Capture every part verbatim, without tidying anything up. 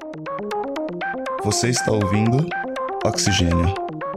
Você está ouvindo Oxigênio.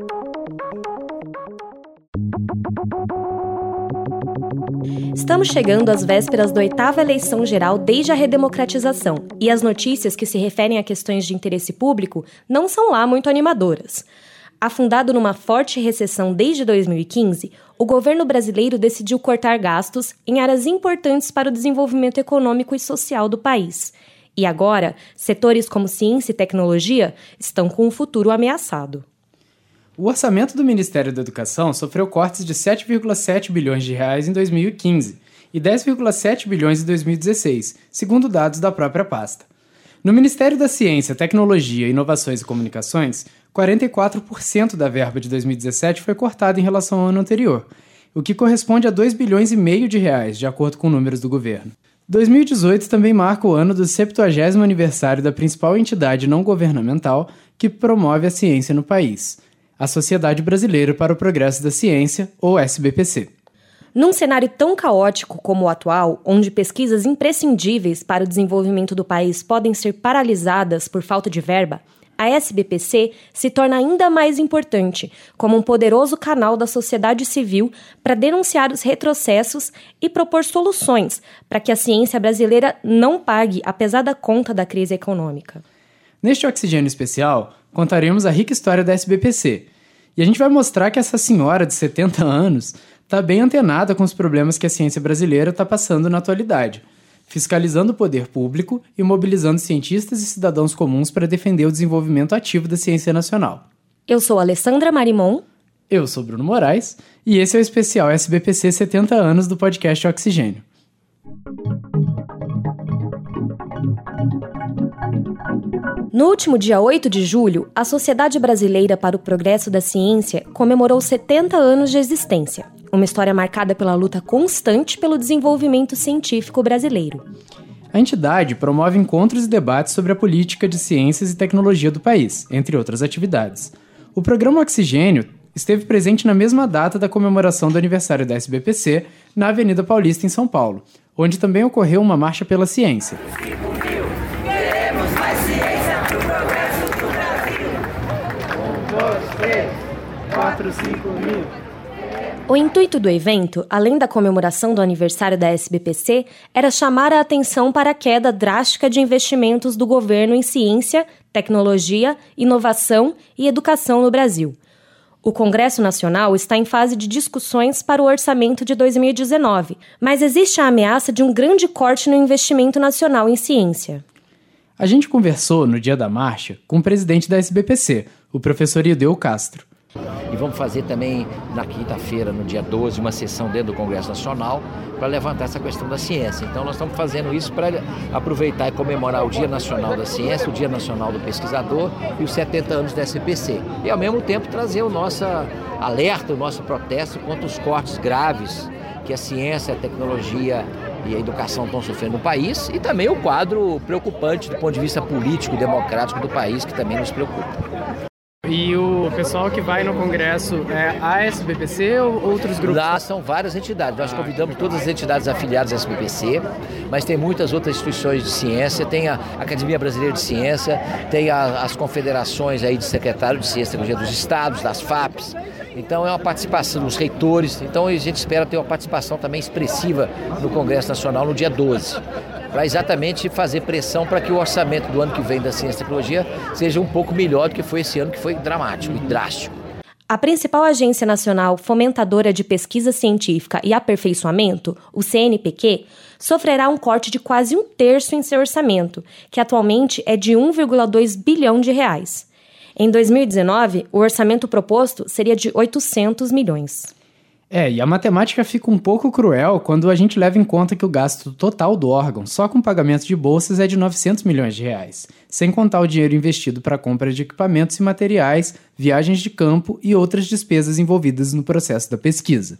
Estamos chegando às vésperas da oitava eleição geral desde a redemocratização, e as notícias que se referem a questões de interesse público não são lá muito animadoras. Afundado numa forte recessão desde dois mil e quinze, o governo brasileiro decidiu cortar gastos em áreas importantes para o desenvolvimento econômico e social do país. E agora, setores como ciência e tecnologia estão com o futuro ameaçado. O orçamento do Ministério da Educação sofreu cortes de sete vírgula sete bilhões de reais em dois mil e quinze e dez vírgula sete bilhões em dois mil e dezesseis, segundo dados da própria pasta. No Ministério da Ciência, Tecnologia, Inovações e Comunicações, quarenta e quatro por cento da verba de dois mil e dezessete foi cortada em relação ao ano anterior, o que corresponde a dois bilhões e meio de reais, de acordo com números do governo. dois mil e dezoito também marca o ano do septuagésimo aniversário da principal entidade não governamental que promove a ciência no país, a Sociedade Brasileira para o Progresso da Ciência, ou S B P C. Num cenário tão caótico como o atual, onde pesquisas imprescindíveis para o desenvolvimento do país podem ser paralisadas por falta de verba, a S B P C se torna ainda mais importante como um poderoso canal da sociedade civil para denunciar os retrocessos e propor soluções para que a ciência brasileira não pague a pesada conta da crise econômica. Neste Oxigênio Especial, contaremos a rica história da S B P C. E a gente vai mostrar que essa senhora de setenta anos está bem antenada com os problemas que a ciência brasileira está passando na atualidade, fiscalizando o poder público e mobilizando cientistas e cidadãos comuns para defender o desenvolvimento ativo da ciência nacional. Eu sou Alessandra Marimon. Eu sou Bruno Moraes. E esse é o especial S B P C setenta anos do podcast Oxigênio. No último dia oito de julho, a Sociedade Brasileira para o Progresso da Ciência comemorou setenta anos de existência, uma história marcada pela luta constante pelo desenvolvimento científico brasileiro. A entidade promove encontros e debates sobre a política de ciências e tecnologia do país, entre outras atividades. O programa Oxigênio esteve presente na mesma data da comemoração do aniversário da S B P C, na Avenida Paulista, em São Paulo, onde também ocorreu uma marcha pela ciência. O intuito do evento, além da comemoração do aniversário da S B P C, era chamar a atenção para a queda drástica de investimentos do governo em ciência, tecnologia, inovação e educação no Brasil. O Congresso Nacional está em fase de discussões para o orçamento de dois mil e dezenove, mas existe a ameaça de um grande corte no investimento nacional em ciência. A gente conversou, no dia da marcha, com o presidente da S B P C, o professor Ildeu Castro. E vamos fazer também, na quinta-feira, no dia doze, uma sessão dentro do Congresso Nacional para levantar essa questão da ciência. Então, nós estamos fazendo isso para aproveitar e comemorar o Dia Nacional da Ciência, o Dia Nacional do Pesquisador e os setenta anos da S B P C. E, ao mesmo tempo, trazer o nosso alerta, o nosso protesto contra os cortes graves que a ciência, a tecnologia e a educação estão sofrendo no país, e também o quadro preocupante do ponto de vista político e democrático do país, que também nos preocupa. E o pessoal que vai no Congresso é a S B P C ou outros grupos? Lá são várias entidades. Nós convidamos todas as entidades afiliadas à S B P C, mas tem muitas outras instituições de ciência, tem a Academia Brasileira de Ciência, tem a, as confederações aí de secretários de Ciência e Tecnologia dos estados, das F A Ps. Então é uma participação dos reitores. Então a gente espera ter uma participação também expressiva no Congresso Nacional no dia doze. Para exatamente fazer pressão para que o orçamento do ano que vem da ciência e tecnologia seja um pouco melhor do que foi esse ano, que foi dramático e drástico. A principal agência nacional fomentadora de pesquisa científica e aperfeiçoamento, o C N P Q, sofrerá um corte de quase um terço em seu orçamento, que atualmente é de um vírgula dois bilhão de reais. Em dois mil e dezenove, o orçamento proposto seria de oitocentos milhões. É, e a matemática fica um pouco cruel quando a gente leva em conta que o gasto total do órgão, só com pagamento de bolsas, é de novecentos milhões de reais, sem contar o dinheiro investido para a compra de equipamentos e materiais, viagens de campo e outras despesas envolvidas no processo da pesquisa.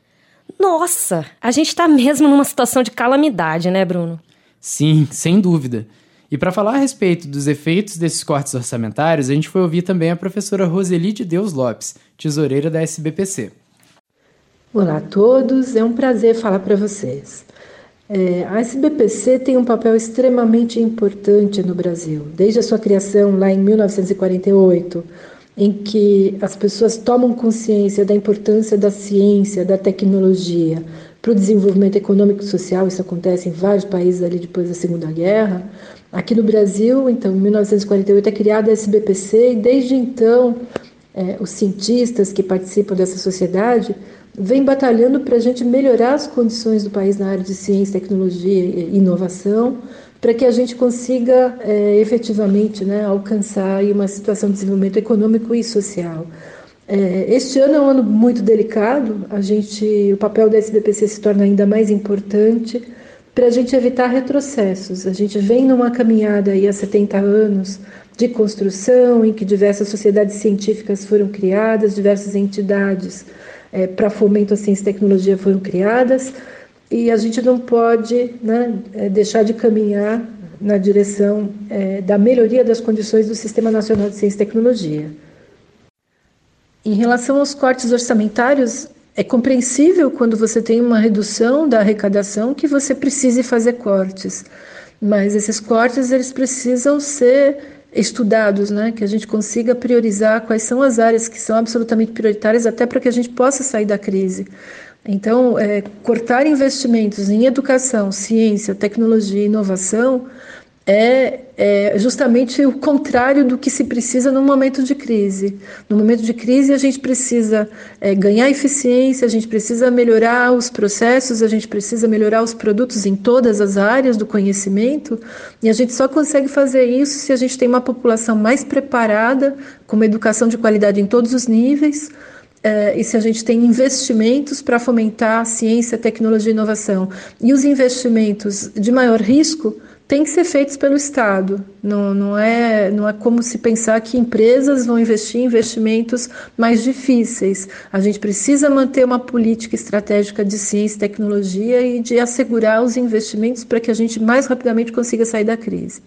Nossa, a gente está mesmo numa situação de calamidade, né, Bruno? Sim, sem dúvida. E para falar a respeito dos efeitos desses cortes orçamentários, a gente foi ouvir também a professora Roseli de Deus Lopes, tesoureira da S B P C. Olá a todos, é um prazer falar para vocês. É, a S B P C tem um papel extremamente importante no Brasil, desde a sua criação lá em mil novecentos e quarenta e oito, em que as pessoas tomam consciência da importância da ciência, da tecnologia para o desenvolvimento econômico e social. Isso acontece em vários países ali depois da Segunda Guerra. Aqui no Brasil, então, em mil novecentos e quarenta e oito é criada a S B P C e desde então é, os cientistas que participam dessa sociedade vem batalhando para a gente melhorar as condições do país na área de ciência, tecnologia e inovação, para que a gente consiga é, efetivamente, né, alcançar aí uma situação de desenvolvimento econômico e social. É, este ano é um ano muito delicado, a gente, o papel da S B P C se torna ainda mais importante para a gente evitar retrocessos. A gente vem numa caminhada aí há setenta anos de construção, em que diversas sociedades científicas foram criadas, diversas entidades É, para fomento à ciência e tecnologia foram criadas, e a gente não pode, né, deixar de caminhar na direção é, da melhoria das condições do Sistema Nacional de Ciência e Tecnologia. Em relação aos cortes orçamentários, é compreensível quando você tem uma redução da arrecadação que você precise fazer cortes, mas esses cortes eles precisam ser estudados, né? Que a gente consiga priorizar quais são as áreas que são absolutamente prioritárias até para que a gente possa sair da crise. Então, é, cortar investimentos em educação, ciência, tecnologia e inovação é, é justamente o contrário do que se precisa no momento de crise. No momento de crise, a gente precisa é, ganhar eficiência, a gente precisa melhorar os processos, a gente precisa melhorar os produtos em todas as áreas do conhecimento, e a gente só consegue fazer isso se a gente tem uma população mais preparada, com uma educação de qualidade em todos os níveis, é, e se a gente tem investimentos para fomentar a ciência, tecnologia e inovação. E os investimentos de maior risco tem que ser feitos pelo Estado. Não, não, é, não é como se pensar que empresas vão investir em investimentos mais difíceis. A gente precisa manter uma política estratégica de ciência e tecnologia e de assegurar os investimentos para que a gente mais rapidamente consiga sair da crise.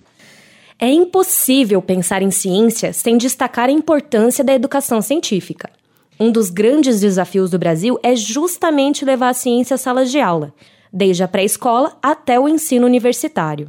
É impossível pensar em ciência sem destacar a importância da educação científica. Um dos grandes desafios do Brasil é justamente levar a ciência às salas de aula, desde a pré-escola até o ensino universitário.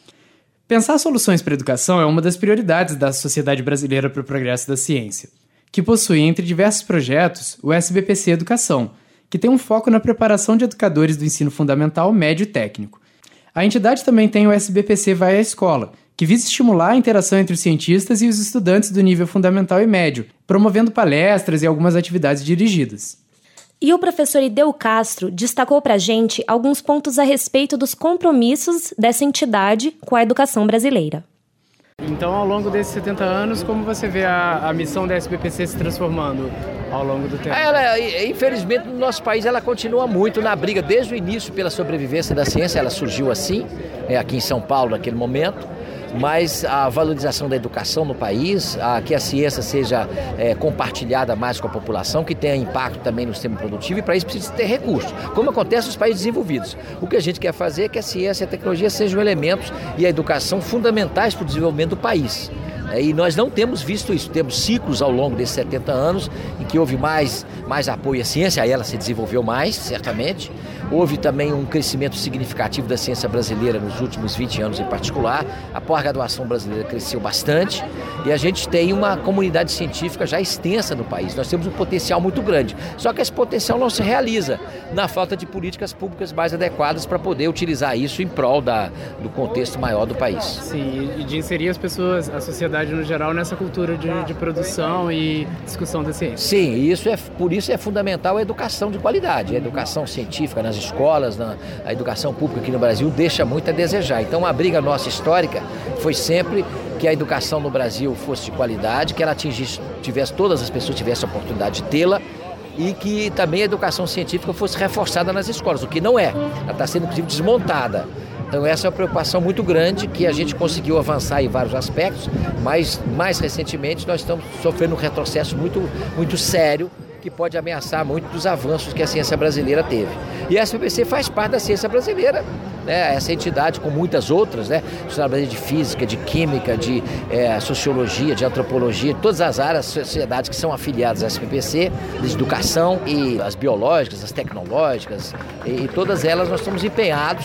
Pensar soluções para a educação é uma das prioridades da Sociedade Brasileira para o Progresso da Ciência, que possui, entre diversos projetos, o S B P C Educação, que tem um foco na preparação de educadores do ensino fundamental, médio e técnico. A entidade também tem o S B P C Vai à Escola, que visa estimular a interação entre os cientistas e os estudantes do nível fundamental e médio, promovendo palestras e algumas atividades dirigidas. E o professor Ideu Castro destacou para a gente alguns pontos a respeito dos compromissos dessa entidade com a educação brasileira. Então, ao longo desses setenta anos, como você vê a, a missão da S B P C se transformando ao longo do tempo? Ela, infelizmente, no nosso país, ela continua muito na briga desde o início pela sobrevivência da ciência. Ela surgiu assim, é, aqui em São Paulo, naquele momento. Mas a valorização da educação no país, a, que a ciência seja é, compartilhada mais com a população, que tenha impacto também no sistema produtivo, e para isso precisa ter recursos, como acontece nos países desenvolvidos. O que a gente quer fazer é que a ciência e a tecnologia sejam elementos e a educação fundamentais para o desenvolvimento do país. E nós não temos visto isso, temos ciclos ao longo desses setenta anos em que houve mais, mais apoio à ciência, aí ela se desenvolveu mais, certamente. Houve também um crescimento significativo da ciência brasileira nos últimos vinte anos em particular. A pós-graduação brasileira cresceu bastante e a gente tem uma comunidade científica já extensa no país. Nós temos um potencial muito grande, só que esse potencial não se realiza na falta de políticas públicas mais adequadas para poder utilizar isso em prol da, do contexto maior do país. Sim, e de inserir as pessoas, a sociedade no geral, nessa cultura de, de produção e discussão da ciência. Sim, isso é, por isso é fundamental a educação de qualidade, a educação científica nas escolas, na, a educação pública aqui no Brasil deixa muito a desejar. Então a briga nossa histórica foi sempre que a educação no Brasil fosse de qualidade, que ela atingisse, tivesse, todas as pessoas tivessem a oportunidade de tê-la, e que também a educação científica fosse reforçada nas escolas, o que não é. Ela está sendo, inclusive, desmontada. Então essa é uma preocupação muito grande que a gente conseguiu avançar em vários aspectos, mas mais recentemente nós estamos sofrendo um retrocesso muito, muito sério que pode ameaçar muito dos avanços que a ciência brasileira teve. E a S B P C faz parte da ciência brasileira, né? Essa entidade, com muitas outras, né? De física, de química, de é, sociologia, de antropologia, todas as áreas, sociedades que são afiliadas à S B P C, de educação, e as biológicas, as tecnológicas, e, e todas elas nós estamos empenhados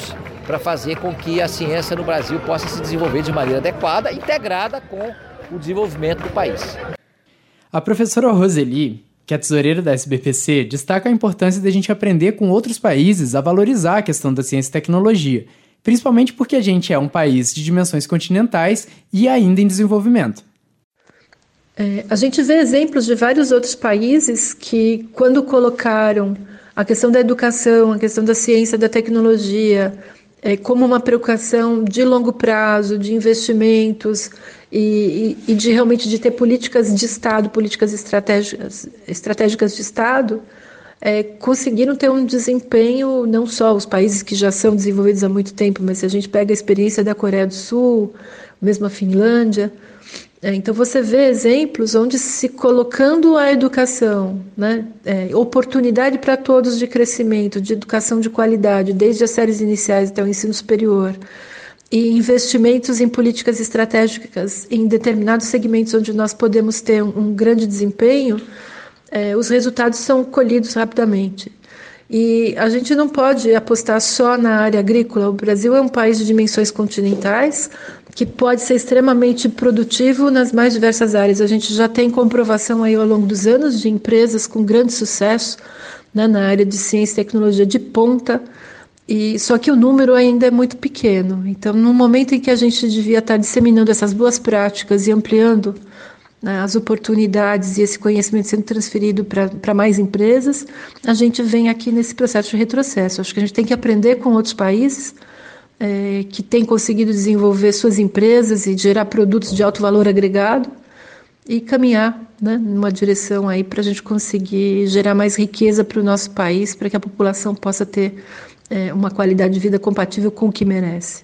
para fazer com que a ciência no Brasil possa se desenvolver de maneira adequada, integrada com o desenvolvimento do país. A professora Roseli, que é tesoureira da S B P C, destaca a importância de a gente aprender com outros países a valorizar a questão da ciência e tecnologia, principalmente porque a gente é um país de dimensões continentais e ainda em desenvolvimento. É, a gente vê exemplos de vários outros países que, quando colocaram a questão da educação, a questão da ciência, da tecnologia, é, como uma preocupação de longo prazo, de investimentos e, e, e de realmente de ter políticas de Estado, políticas estratégicas, estratégicas de Estado, é, conseguiram ter um desempenho, não só os países que já são desenvolvidos há muito tempo, mas se a gente pega a experiência da Coreia do Sul, mesmo a Finlândia. Então você vê exemplos onde se colocando a educação, né, é, oportunidade para todos de crescimento, de educação de qualidade, desde as séries iniciais até o ensino superior, e investimentos em políticas estratégicas em determinados segmentos onde nós podemos ter um, um grande desempenho, é, os resultados são colhidos rapidamente. E a gente não pode apostar só na área agrícola. O Brasil é um país de dimensões continentais que pode ser extremamente produtivo nas mais diversas áreas. A gente já tem comprovação aí ao longo dos anos de empresas com grande sucesso, né, na área de ciência e tecnologia de ponta, e só que o número ainda é muito pequeno. Então, no momento em que a gente devia estar disseminando essas boas práticas e ampliando, né, as oportunidades e esse conhecimento sendo transferido para mais empresas, a gente vem aqui nesse processo de retrocesso. Acho que a gente tem que aprender com outros países é, que têm conseguido desenvolver suas empresas e gerar produtos de alto valor agregado e caminhar, né, numa direção aí para a gente conseguir gerar mais riqueza para o nosso país, para que a população possa ter é, uma qualidade de vida compatível com o que merece.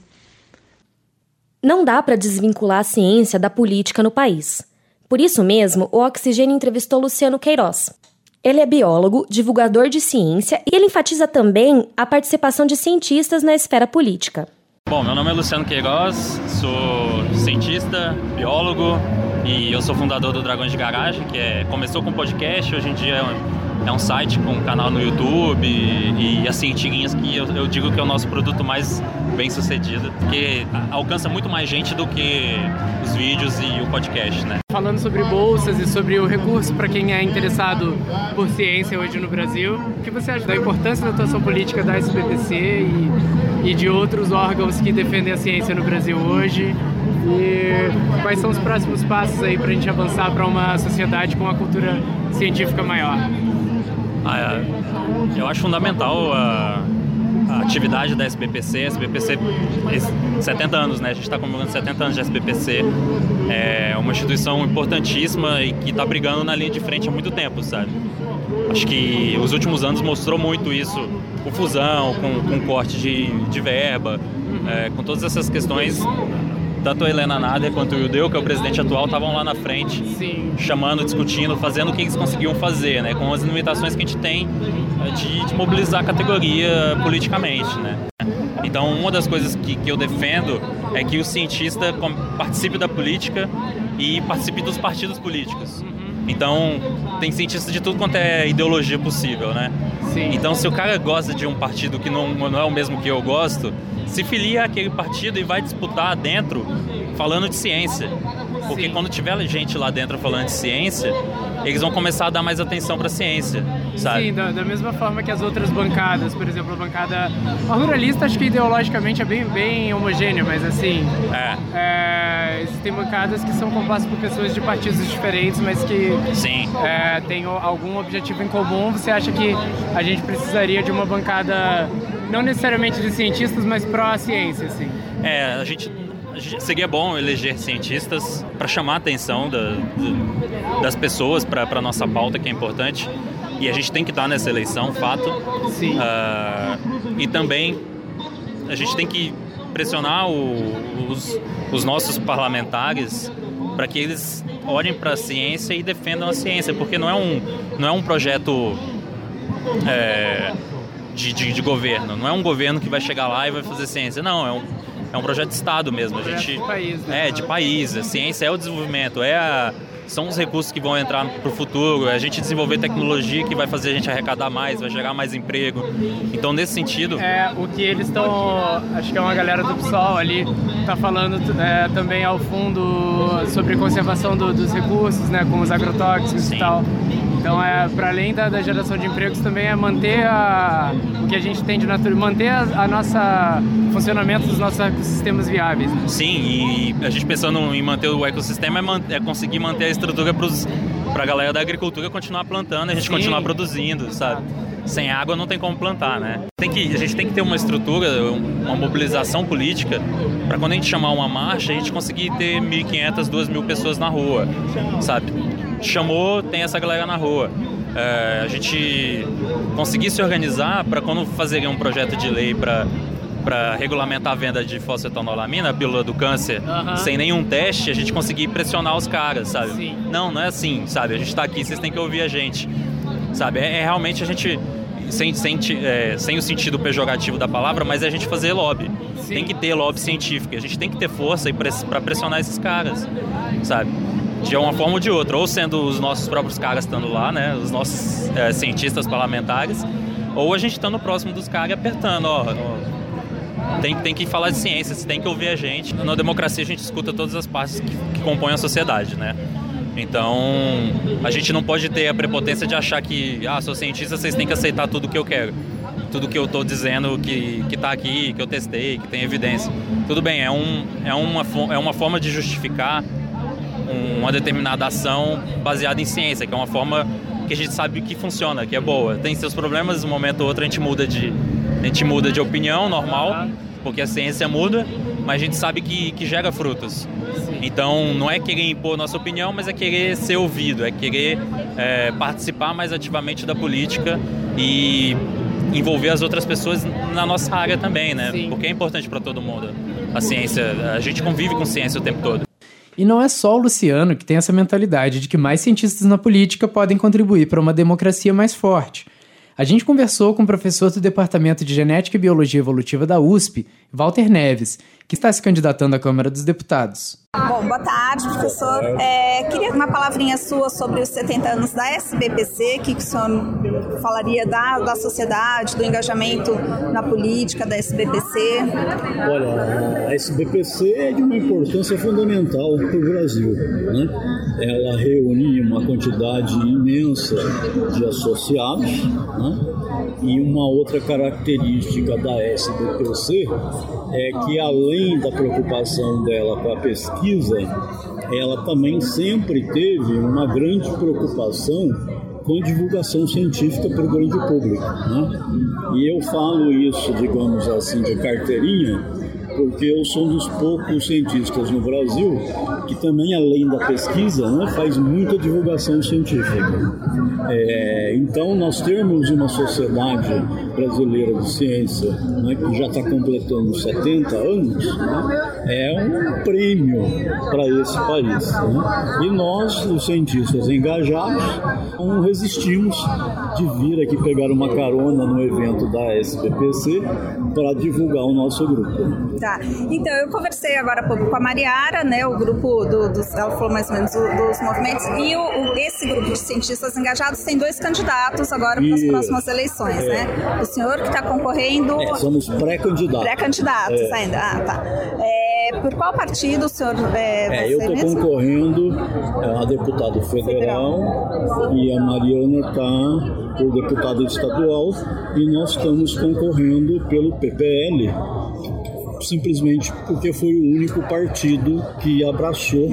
Não dá para desvincular a ciência da política no país. Por isso mesmo, o Oxigênio entrevistou Luciano Queiroz. Ele é biólogo, divulgador de ciência e ele enfatiza também a participação de cientistas na esfera política. Bom, meu nome é Luciano Queiroz, sou cientista, biólogo e eu sou fundador do Dragões de Garagem, que é, começou com podcast, hoje em dia é um, é um site com um canal no YouTube e, e assim, tirinhas que eu, eu digo que é o nosso produto mais bem sucedido, porque alcança muito mais gente do que os vídeos e o podcast, né? Falando sobre bolsas e sobre o recurso para quem é interessado por ciência hoje no Brasil, o que você acha da importância da atuação política da S B P C e, e de outros órgãos que defendem a ciência no Brasil hoje? E quais são os próximos passos aí para a gente avançar para uma sociedade com uma cultura científica maior? Ah, eu acho fundamental a, a atividade da S B P C. A S B P C, setenta anos, né? A gente está comemorando setenta anos de S B P C. É uma instituição importantíssima e que está brigando na linha de frente há muito tempo, sabe? Acho que os últimos anos mostrou muito isso, com fusão, com, com corte de, de verba, é, com todas essas questões. Tanto a Helena Nader quanto o Ildeu, que é o presidente atual, estavam lá na frente, Sim. chamando, discutindo, fazendo o que eles conseguiam fazer, né? Com as limitações que a gente tem de, de mobilizar a categoria politicamente, né? Então, uma das coisas que, que eu defendo é que o cientista participe da política e participe dos partidos políticos. Então, tem cientistas de tudo quanto é ideologia possível, né? Sim. Então, se o cara gosta de um partido que não, não é o mesmo que eu gosto, se filia àquele partido e vai disputar dentro falando de ciência. Porque Sim. quando tiver gente lá dentro falando de ciência, eles vão começar a dar mais atenção para a ciência, sabe? Sim, da, da mesma forma que as outras bancadas, por exemplo, a bancada... A ruralista, acho que ideologicamente é bem, bem homogênea, mas assim... É. É, existem bancadas que são compostas por pessoas de partidos diferentes, mas que Sim. É, têm algum objetivo em comum. Você acha que a gente precisaria de uma bancada... Não necessariamente de cientistas, mas pró-ciência, assim. É, a gente, a gente seria bom eleger cientistas para chamar a atenção da, da, das pessoas para a nossa pauta, que é importante. E a gente tem que estar nessa eleição, fato. Sim. Uh, e também a gente tem que pressionar o, os, os nossos parlamentares para que eles olhem para a ciência e defendam a ciência, porque não é um, não é um projeto... É, De, de, de governo, não é um governo que vai chegar lá e vai fazer ciência, não, é um, é um projeto de Estado mesmo. A gente, de país, né? É, de país. A ciência é o desenvolvimento, é a, são os recursos que vão entrar para o futuro, é a gente desenvolver tecnologia que vai fazer a gente arrecadar mais, vai gerar mais emprego. Então, nesse sentido... É, o que eles estão... Acho que é uma galera do PSOL ali, está falando é, também ao fundo sobre conservação do, dos recursos, né, com os agrotóxicos Sim. e tal. Então, é, para além da, da geração de empregos, também é manter a, o que a gente tem de natureza, manter a, a nossa funcionamento dos nossos ecossistemas viáveis. Né? Sim, e a gente pensando em manter o ecossistema é, man, é conseguir manter a estrutura para a galera da agricultura continuar plantando, a gente Sim. continuar produzindo, sabe? Sem água não tem como plantar, né? Tem que, a gente tem que ter uma estrutura, uma mobilização política para quando a gente chamar uma marcha, a gente conseguir ter mil e quinhentas, duas mil pessoas na rua, sabe? Chamou, tem essa galera na rua. É, a gente conseguir se organizar para quando fazerem um projeto de lei para para regulamentar a venda de fosfetanolamina, a pílula do câncer, uh-huh. sem nenhum teste, a gente conseguir pressionar os caras, sabe? Sim. Não, não é assim, sabe? A gente tá aqui, vocês têm que ouvir a gente, sabe? É, é realmente a gente, sem, sem, é, sem o sentido pejorativo da palavra, mas é a gente fazer lobby. Sim. Tem que ter lobby científico, a gente tem que ter força para pressionar esses caras, sabe? De uma forma ou de outra, ou sendo os nossos próprios caras estando lá, né? Os nossos é, cientistas parlamentares, ou a gente estando próximo dos caras e apertando, ó, ó Tem, tem que falar de ciência, você tem que ouvir a gente. Na democracia a gente escuta todas as partes que, que compõem a sociedade, né? Então, a gente não pode ter a prepotência de achar que, ah, sou cientista, vocês têm que aceitar tudo que eu quero. Tudo que eu estou dizendo que que está aqui, que eu testei, que tem evidência. Tudo bem, é, um, é, uma, é uma forma de justificar uma determinada ação baseada em ciência, que é uma forma que a gente sabe que funciona, que é boa. Tem seus problemas, de um momento ou outro a gente muda de... A gente muda de opinião, normal, porque a ciência muda, mas a gente sabe que, que gera frutos. Então, não é querer impor nossa opinião, mas é querer ser ouvido, é querer é, participar mais ativamente da política e envolver as outras pessoas na nossa área também, né? Sim. Porque é importante para todo mundo. A ciência, a gente convive com ciência o tempo todo. E não é só o Luciano que tem essa mentalidade de que mais cientistas na política podem contribuir para uma democracia mais forte. A gente conversou com o professor do Departamento de Genética e Biologia Evolutiva da U S P, Walter Neves, que está se candidatando à Câmara dos Deputados. Bom, boa tarde, professor. É, queria uma palavrinha sua sobre os setenta anos da S B P C, o que, que o senhor falaria da, da sociedade, do engajamento na política da S B P C? Olha, a S B P C é de uma importância fundamental para o Brasil, né? Ela reúne uma quantidade imensa de associados, né? E uma outra característica da S B P C é que, além da preocupação dela com a pesquisa, ela também sempre teve uma grande preocupação com a divulgação científica para o grande público, né? E eu falo isso, digamos assim, de carteirinha, porque eu sou um dos poucos cientistas no Brasil que também, além da pesquisa, né, faz muita divulgação científica. É, então, nós temos uma sociedade brasileira de ciência, né, que já está completando setenta anos, né, é um prêmio para esse país, né? E nós, os cientistas engajados, não resistimos de vir aqui pegar uma carona no evento da S B P C para divulgar o nosso grupo. Tá, então eu conversei agora há pouco com a Mariara, né, o grupo do, dos, ela falou mais ou menos do, dos movimentos, e o, o, esse grupo de cientistas engajados tem dois candidatos agora para as próximas eleições, é. né? O senhor que está concorrendo... É, somos pré-candidatos. Pré-candidatos é. ainda, ah, tá. É, por qual partido o senhor... É, é eu estou concorrendo a deputado federal, federal e a Mariana está por deputada estadual e nós estamos concorrendo pelo P P L, simplesmente porque foi o único partido que abraçou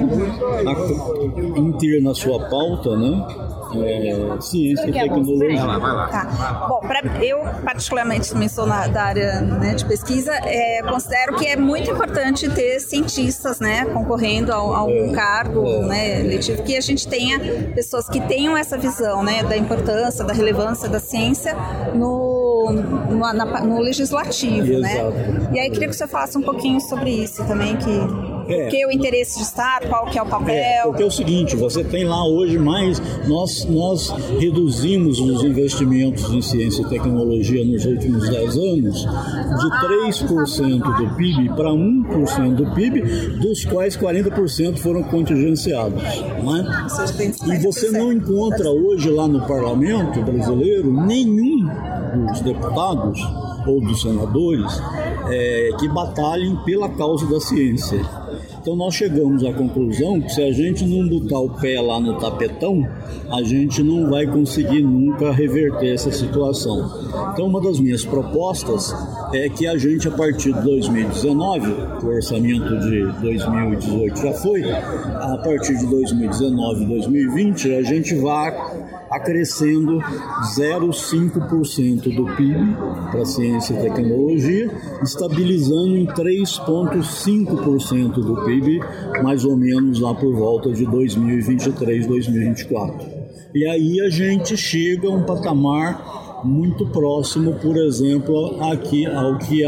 a, em ter na sua pauta, né, é, ciência e tecnologia. Tá. Bom, pra, eu particularmente também sou na, da área, né, de pesquisa, é, considero que é muito importante ter cientistas, né, concorrendo a, a algum é, cargo, é. né, eletivo, que a gente tenha pessoas que tenham essa visão, né, da importância, da relevância da ciência no, no, na, no legislativo, Exato. né? E aí queria que você falasse um pouquinho sobre isso também, que É. Por que o interesse de estar? Qual que é o papel? É, porque é o seguinte, você tem lá hoje mais... Nós, nós reduzimos os investimentos em ciência e tecnologia nos últimos dez anos de três por cento do P I B para um por cento do P I B, dos quais quarenta por cento foram contingenciados. Não é? E você não encontra hoje lá no parlamento brasileiro nenhum dos deputados ou dos senadores é, que batalhem pela causa da ciência. Então nós chegamos à conclusão que se a gente não botar o pé lá no tapetão, a gente não vai conseguir nunca reverter essa situação. Então uma das minhas propostas é que a gente, a partir de dois mil e dezenove, o orçamento de dois mil e dezoito já foi, a partir de dois mil e dezenove e dois mil e vinte, a gente vá acrescendo zero vírgula cinco por cento do P I B para ciência e tecnologia, estabilizando em três vírgula cinco por cento do P I B, mais ou menos lá por volta de dois mil e vinte e três, dois mil e vinte e quatro. E aí a gente chega a um patamar muito próximo, por exemplo, aqui ao que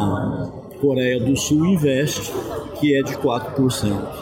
a Coreia do Sul investe, que é de quatro por cento.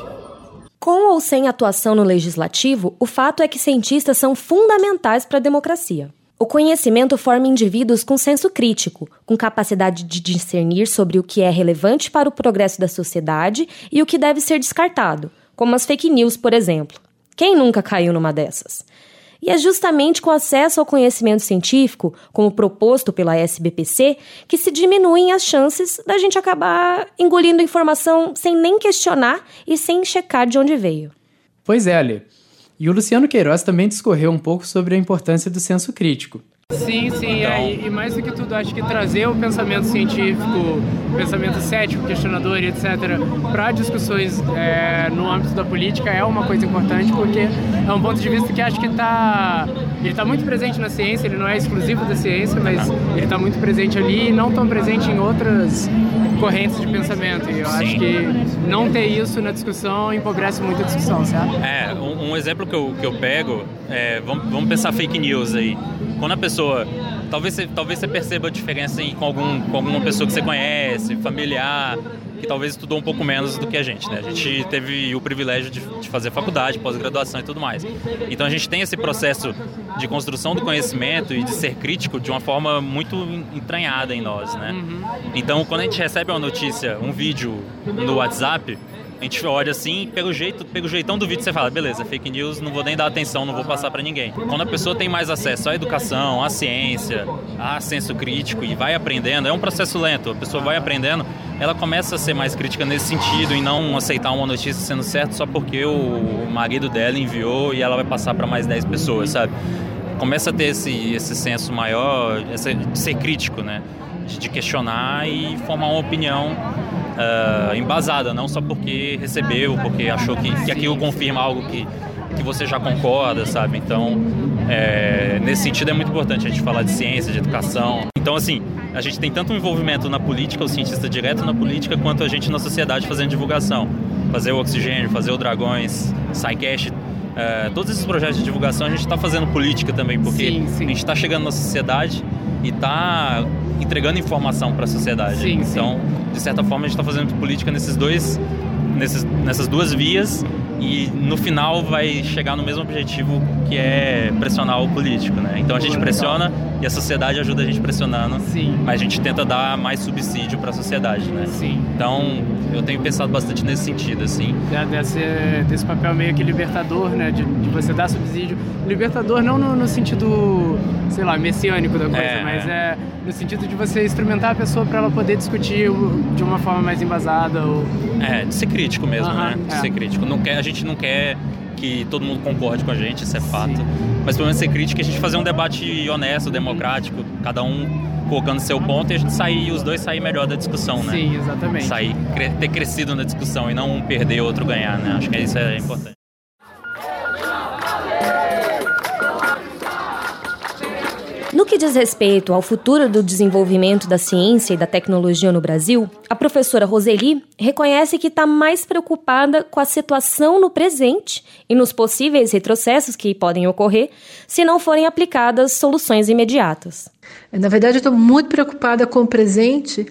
Com ou sem atuação no legislativo, o fato é que cientistas são fundamentais para a democracia. O conhecimento forma indivíduos com senso crítico, com capacidade de discernir sobre o que é relevante para o progresso da sociedade e o que deve ser descartado, como as fake news, por exemplo. Quem nunca caiu numa dessas? E é justamente com acesso ao conhecimento científico, como proposto pela S B P C, que se diminuem as chances da gente acabar engolindo informação sem nem questionar e sem checar de onde veio. Pois é, Ale. E o Luciano Queiroz também discorreu um pouco sobre a importância do senso crítico. Sim, sim, então... é, e mais do que tudo, acho que trazer o pensamento científico, o pensamento cético, questionador e etcétera para discussões é, no âmbito da política é uma coisa importante, porque é um ponto de vista que acho que está ele tá muito presente na ciência, ele não é exclusivo da ciência, mas ele está muito presente ali e não tão presente em outras correntes de pensamento. E eu sim. acho que não ter isso na discussão empobrece muito a discussão, certo? É, um, um exemplo que eu, que eu pego, é, vamos, vamos pensar fake news aí. Quando a pessoa, talvez você, talvez você perceba a diferença em, com, algum, com alguma pessoa que você conhece, familiar, que talvez estudou um pouco menos do que a gente, né? A gente teve o privilégio de, de fazer faculdade, pós-graduação e tudo mais. Então a gente tem esse processo de construção do conhecimento e de ser crítico de uma forma muito entranhada em nós, né? Uhum. Então quando a gente recebe uma notícia, um vídeo no WhatsApp, a gente olha assim, pelo jeito, pelo jeitão do vídeo você fala, beleza, fake news, não vou nem dar atenção, não vou passar pra ninguém. Quando a pessoa tem mais acesso à educação, à ciência, a senso crítico e vai aprendendo, é um processo lento, a pessoa vai aprendendo, ela começa a ser mais crítica nesse sentido e não aceitar uma notícia sendo certa só porque o marido dela enviou e ela vai passar pra mais dez pessoas, sabe? Começa a ter esse, esse senso maior, esse, de ser crítico, né? De, de questionar e formar uma opinião Uh, embasada, não só porque recebeu, porque achou que, que aquilo confirma algo que, que você já concorda, sabe? Então, é, nesse sentido é muito importante a gente falar de ciência, de educação. Então, assim, a gente tem tanto um envolvimento na política, o cientista direto na política, quanto a gente na sociedade fazendo divulgação. Fazer o Oxigênio, fazer o Dragões, SciCast, uh, todos esses projetos de divulgação a gente está fazendo política também, porque sim, sim. a gente está chegando na sociedade e está entregando informação para a sociedade. Sim, então, sim. de certa forma, a gente está fazendo política nesses dois, nesses, nessas duas vias e no final vai chegar no mesmo objetivo, que é pressionar o político, né? Então a gente pressiona e a sociedade ajuda a gente pressionando, sim. mas a gente tenta dar mais subsídio para a sociedade, né? Sim. Então eu tenho pensado bastante nesse sentido, assim. Desse, desse papel meio que libertador, né? De, de você dar subsídio. Libertador não no, no sentido, sei lá, messiânico da coisa, é, mas é no sentido de você instrumentar a pessoa para ela poder discutir de uma forma mais embasada. Ou... É, de ser crítico mesmo, uh-huh, né? De é. ser crítico. Não quer, a gente não quer que todo mundo concorde com a gente, isso é fato. Sim. Mas pelo menos ser crítico, a gente fazer um debate honesto, democrático, cada um colocando seu ponto e a gente sair, os dois sair melhor da discussão, né? Sim, exatamente. Sair, ter crescido na discussão e não um perder, outro ganhar, né? Acho que isso é importante. No que diz respeito ao futuro do desenvolvimento da ciência e da tecnologia no Brasil, a professora Roseli reconhece que está mais preocupada com a situação no presente e nos possíveis retrocessos que podem ocorrer se não forem aplicadas soluções imediatas. Na verdade, eu estou muito preocupada com o presente,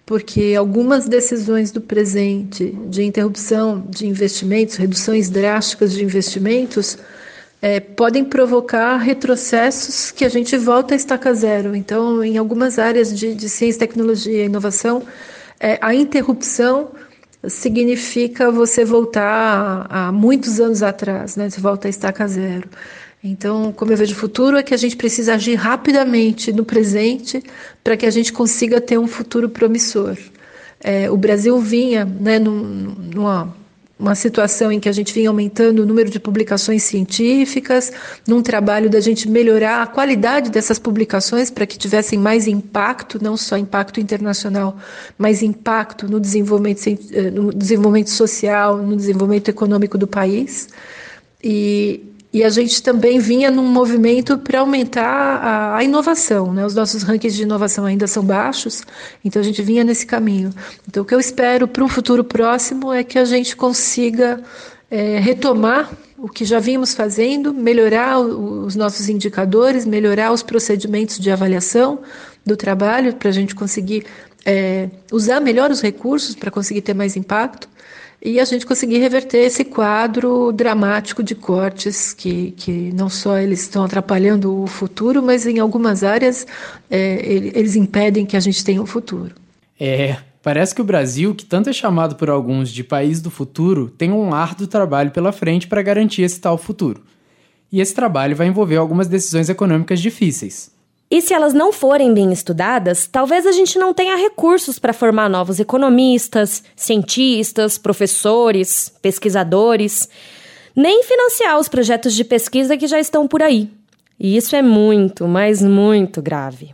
porque algumas decisões do presente de interrupção de investimentos, reduções drásticas de investimentos, é, podem provocar retrocessos que a gente volta a estaca zero. Então, em algumas áreas de, de ciência, tecnologia e inovação, é, a interrupção significa você voltar a, a muitos anos atrás, né? Você volta a estaca zero. Então, como eu vejo o futuro, é que a gente precisa agir rapidamente no presente para que a gente consiga ter um futuro promissor. É, o Brasil vinha, né, num, numa uma situação em que a gente vinha aumentando o número de publicações científicas, num trabalho da gente melhorar a qualidade dessas publicações para que tivessem mais impacto, não só impacto internacional, mas impacto no desenvolvimento, no desenvolvimento social, no desenvolvimento econômico do país. E E a gente também vinha num movimento para aumentar a, a inovação, né? Os nossos rankings de inovação ainda são baixos, então a gente vinha nesse caminho. Então o que eu espero para um futuro próximo é que a gente consiga é, retomar o que já vínhamos fazendo, melhorar o, os nossos indicadores, melhorar os procedimentos de avaliação do trabalho, para a gente conseguir é, usar melhor os recursos para conseguir ter mais impacto. E a gente conseguir reverter esse quadro dramático de cortes que, que não só eles estão atrapalhando o futuro, mas em algumas áreas é, eles impedem que a gente tenha um futuro. É, parece que o Brasil, que tanto é chamado por alguns de país do futuro, tem um árduo trabalho pela frente para garantir esse tal futuro. E esse trabalho vai envolver algumas decisões econômicas difíceis. E se elas não forem bem estudadas, talvez a gente não tenha recursos para formar novos economistas, cientistas, professores, pesquisadores, nem financiar os projetos de pesquisa que já estão por aí. E isso é muito, mas muito grave.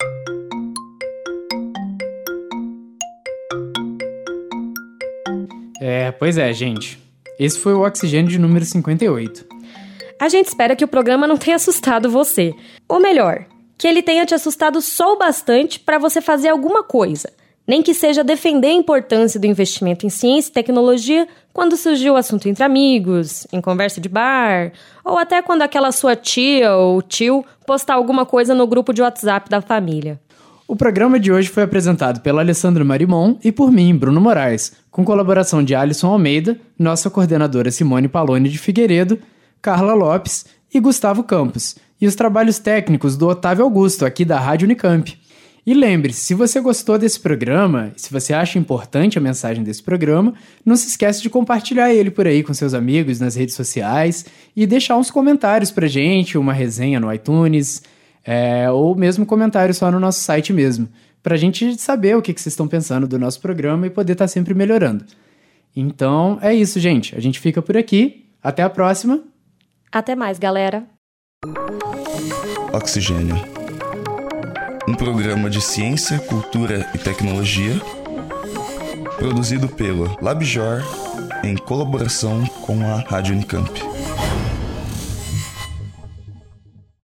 É, pois é, gente. Esse foi o Oxigênio de número cinquenta e oito. A gente espera que o programa não tenha assustado você. Ou melhor, que ele tenha te assustado só o bastante para você fazer alguma coisa, nem que seja defender a importância do investimento em ciência e tecnologia quando surgiu o assunto entre amigos, em conversa de bar, ou até quando aquela sua tia ou tio postar alguma coisa no grupo de WhatsApp da família. O programa de hoje foi apresentado pela Alessandra Marimon e por mim, Bruno Moraes, com colaboração de Alisson Almeida, nossa coordenadora Simone Paloni de Figueiredo, Carla Lopes e Gustavo Campos, e os trabalhos técnicos do Otávio Augusto, aqui da Rádio Unicamp. E lembre-se, se você gostou desse programa, se você acha importante a mensagem desse programa, não se esquece de compartilhar ele por aí com seus amigos nas redes sociais e deixar uns comentários pra gente, uma resenha no iTunes, é, ou mesmo comentário só no nosso site mesmo, pra gente saber o que, que vocês estão pensando do nosso programa e poder estar sempre melhorando. Então, é isso, gente. A gente fica por aqui. Até a próxima. Até mais, galera. Oxigênio. Um programa de ciência, cultura e tecnologia produzido pelo LabJor em colaboração com a Rádio Unicamp.